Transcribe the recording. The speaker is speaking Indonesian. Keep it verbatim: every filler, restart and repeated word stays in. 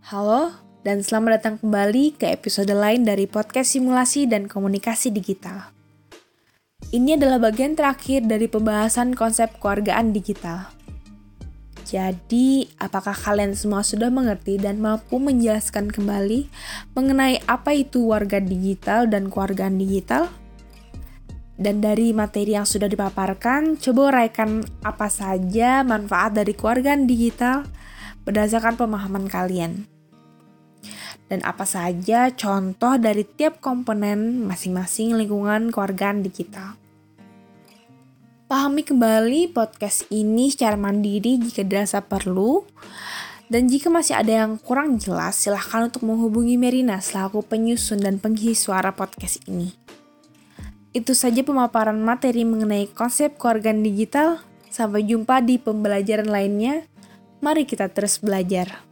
Halo, dan selamat datang kembali ke episode lain dari podcast simulasi dan komunikasi digital. Ini adalah bagian terakhir dari pembahasan konsep keluargaan digital. Jadi, apakah kalian semua sudah mengerti dan mampu menjelaskan kembali mengenai apa itu warga digital dan keluargaan digital? Dan dari materi yang sudah dipaparkan, coba uraikan apa saja manfaat dari keluargaan digital berdasarkan pemahaman kalian. Dan apa saja contoh dari tiap komponen masing-masing lingkungan keluargaan digital. Pahami kembali podcast ini secara mandiri jika dirasa perlu. Dan jika masih ada yang kurang jelas, silahkan untuk menghubungi Merina selaku penyusun dan pengisi suara podcast ini. Itu saja pemaparan materi mengenai konsep keluargaan digital. Sampai jumpa di pembelajaran lainnya. Mari kita terus belajar.